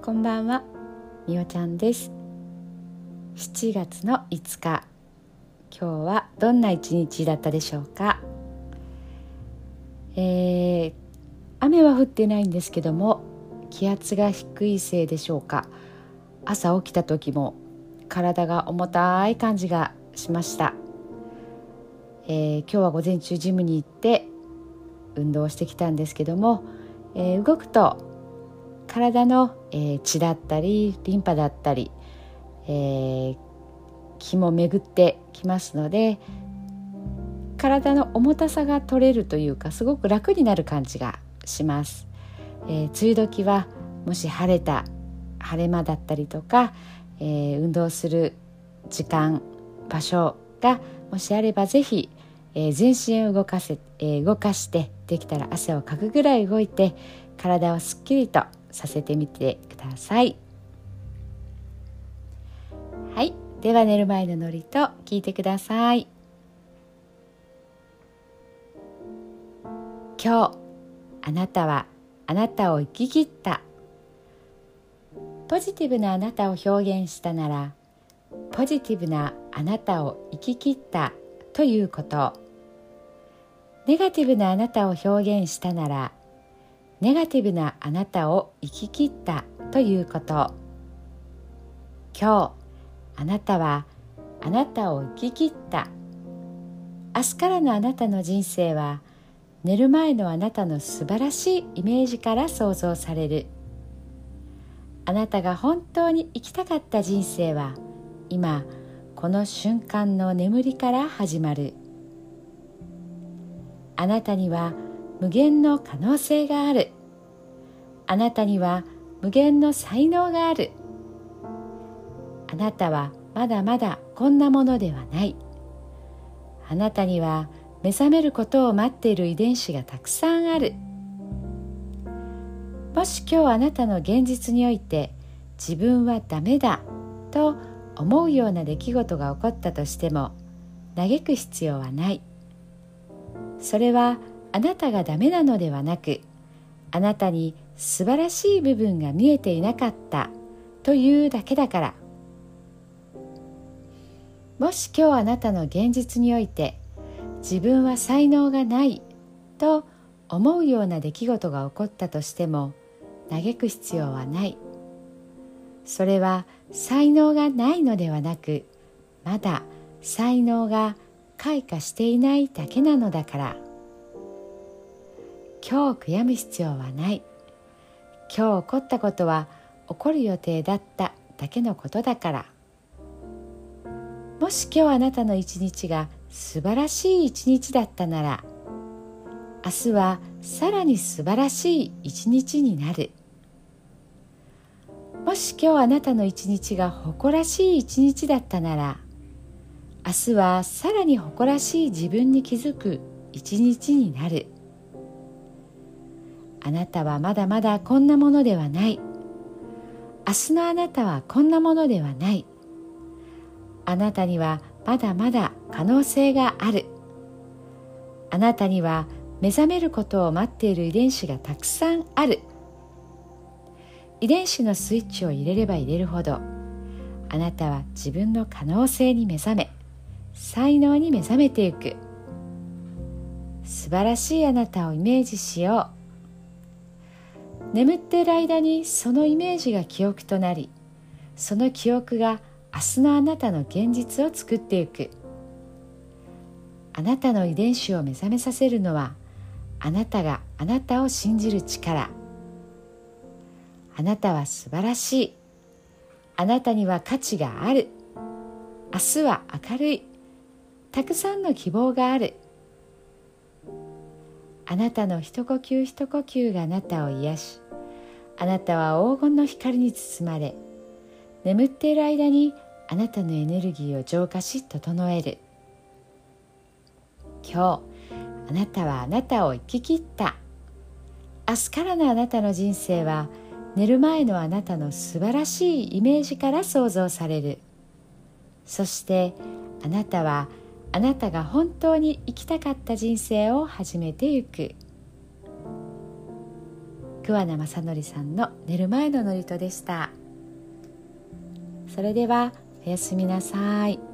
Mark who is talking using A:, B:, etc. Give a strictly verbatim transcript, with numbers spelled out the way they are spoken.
A: こんばんは、みおちゃんです。しちがつのいつか、今日はどんな一日だったでしょうか。えー、雨は降ってないんですけども、気圧が低いせいでしょうか、朝起きた時も体が重たい感じがしました。えー、今日は午前中ジムに行って運動してきたんですけども、えー、動くと体の、えー、血だったりリンパだったり、えー、気も巡ってきますので、体の重たさが取れるというか、すごく楽になる感じがします。えー、梅雨時はもし晴れた晴れ間だったりとか、えー、運動する時間場所がもしあれば、ぜひ、えー、全身を動かせ、えー、動かして、できたら汗をかくぐらい動いて、体をすっきりとさせてみてください。はい、では寝る前のノリと聞いてください。今日あなたはあなたを生き切った。ポジティブなあなたを表現したなら、ポジティブなあなたを生き切ったということ。ネガティブなあなたを表現したなら、ネガティブなあなたを生き切ったということ。今日あなたはあなたを生き切った。明日からのあなたの人生は、寝る前のあなたの素晴らしいイメージから想像される。あなたが本当に生きたかった人生は、今この瞬間の眠りから始まる。あなたには無限の可能性がある。あなたには無限の才能がある。あなたはまだまだこんなものではない。あなたには目覚めることを待っている遺伝子がたくさんある。もし今日あなたの現実において、自分はダメだと思うような出来事が起こったとしても、嘆く必要はない。それはあなたがダメなのではなく、あなたに素晴らしい部分が見えていなかったというだけだから。もし今日あなたの現実において、自分は才能がないと思うような出来事が起こったとしても、嘆く必要はない。それは才能がないのではなく、まだ才能が開花していないだけなのだから。今日悔やむ必要はない。今日起こったことは起こる予定だっただけのことだから。もし今日あなたの一日が素晴らしい一日だったなら、明日はさらに素晴らしい一日になる。もし今日あなたの一日が誇らしい一日だったなら、明日はさらに誇らしい自分に気づく一日になる。あなたはまだまだこんなものではない。明日のあなたはこんなものではない。あなたにはまだまだ可能性がある。あなたには目覚めることを待っている遺伝子がたくさんある。遺伝子のスイッチを入れれば入れるほど、あなたは自分の可能性に目覚め、才能に目覚めていく。素晴らしいあなたをイメージしよう。眠っている間にそのイメージが記憶となり、その記憶が明日のあなたの現実を作っていく。あなたの遺伝子を目覚めさせるのは、あなたがあなたを信じる力。あなたは素晴らしい。あなたには価値がある。明日は明るい。たくさんの希望がある。あなたの一呼吸一呼吸があなたを癒し、あなたは黄金の光に包まれ、眠っている間にあなたのエネルギーを浄化し整える。今日あなたはあなたを生き切った。明日からのあなたの人生は、寝る前のあなたの素晴らしいイメージから想像される。そしてあなたはあなたが本当に生きたかった人生を始めてゆく。 桑名正則さんの寝る前の祝詞でした。それではおやすみなさい。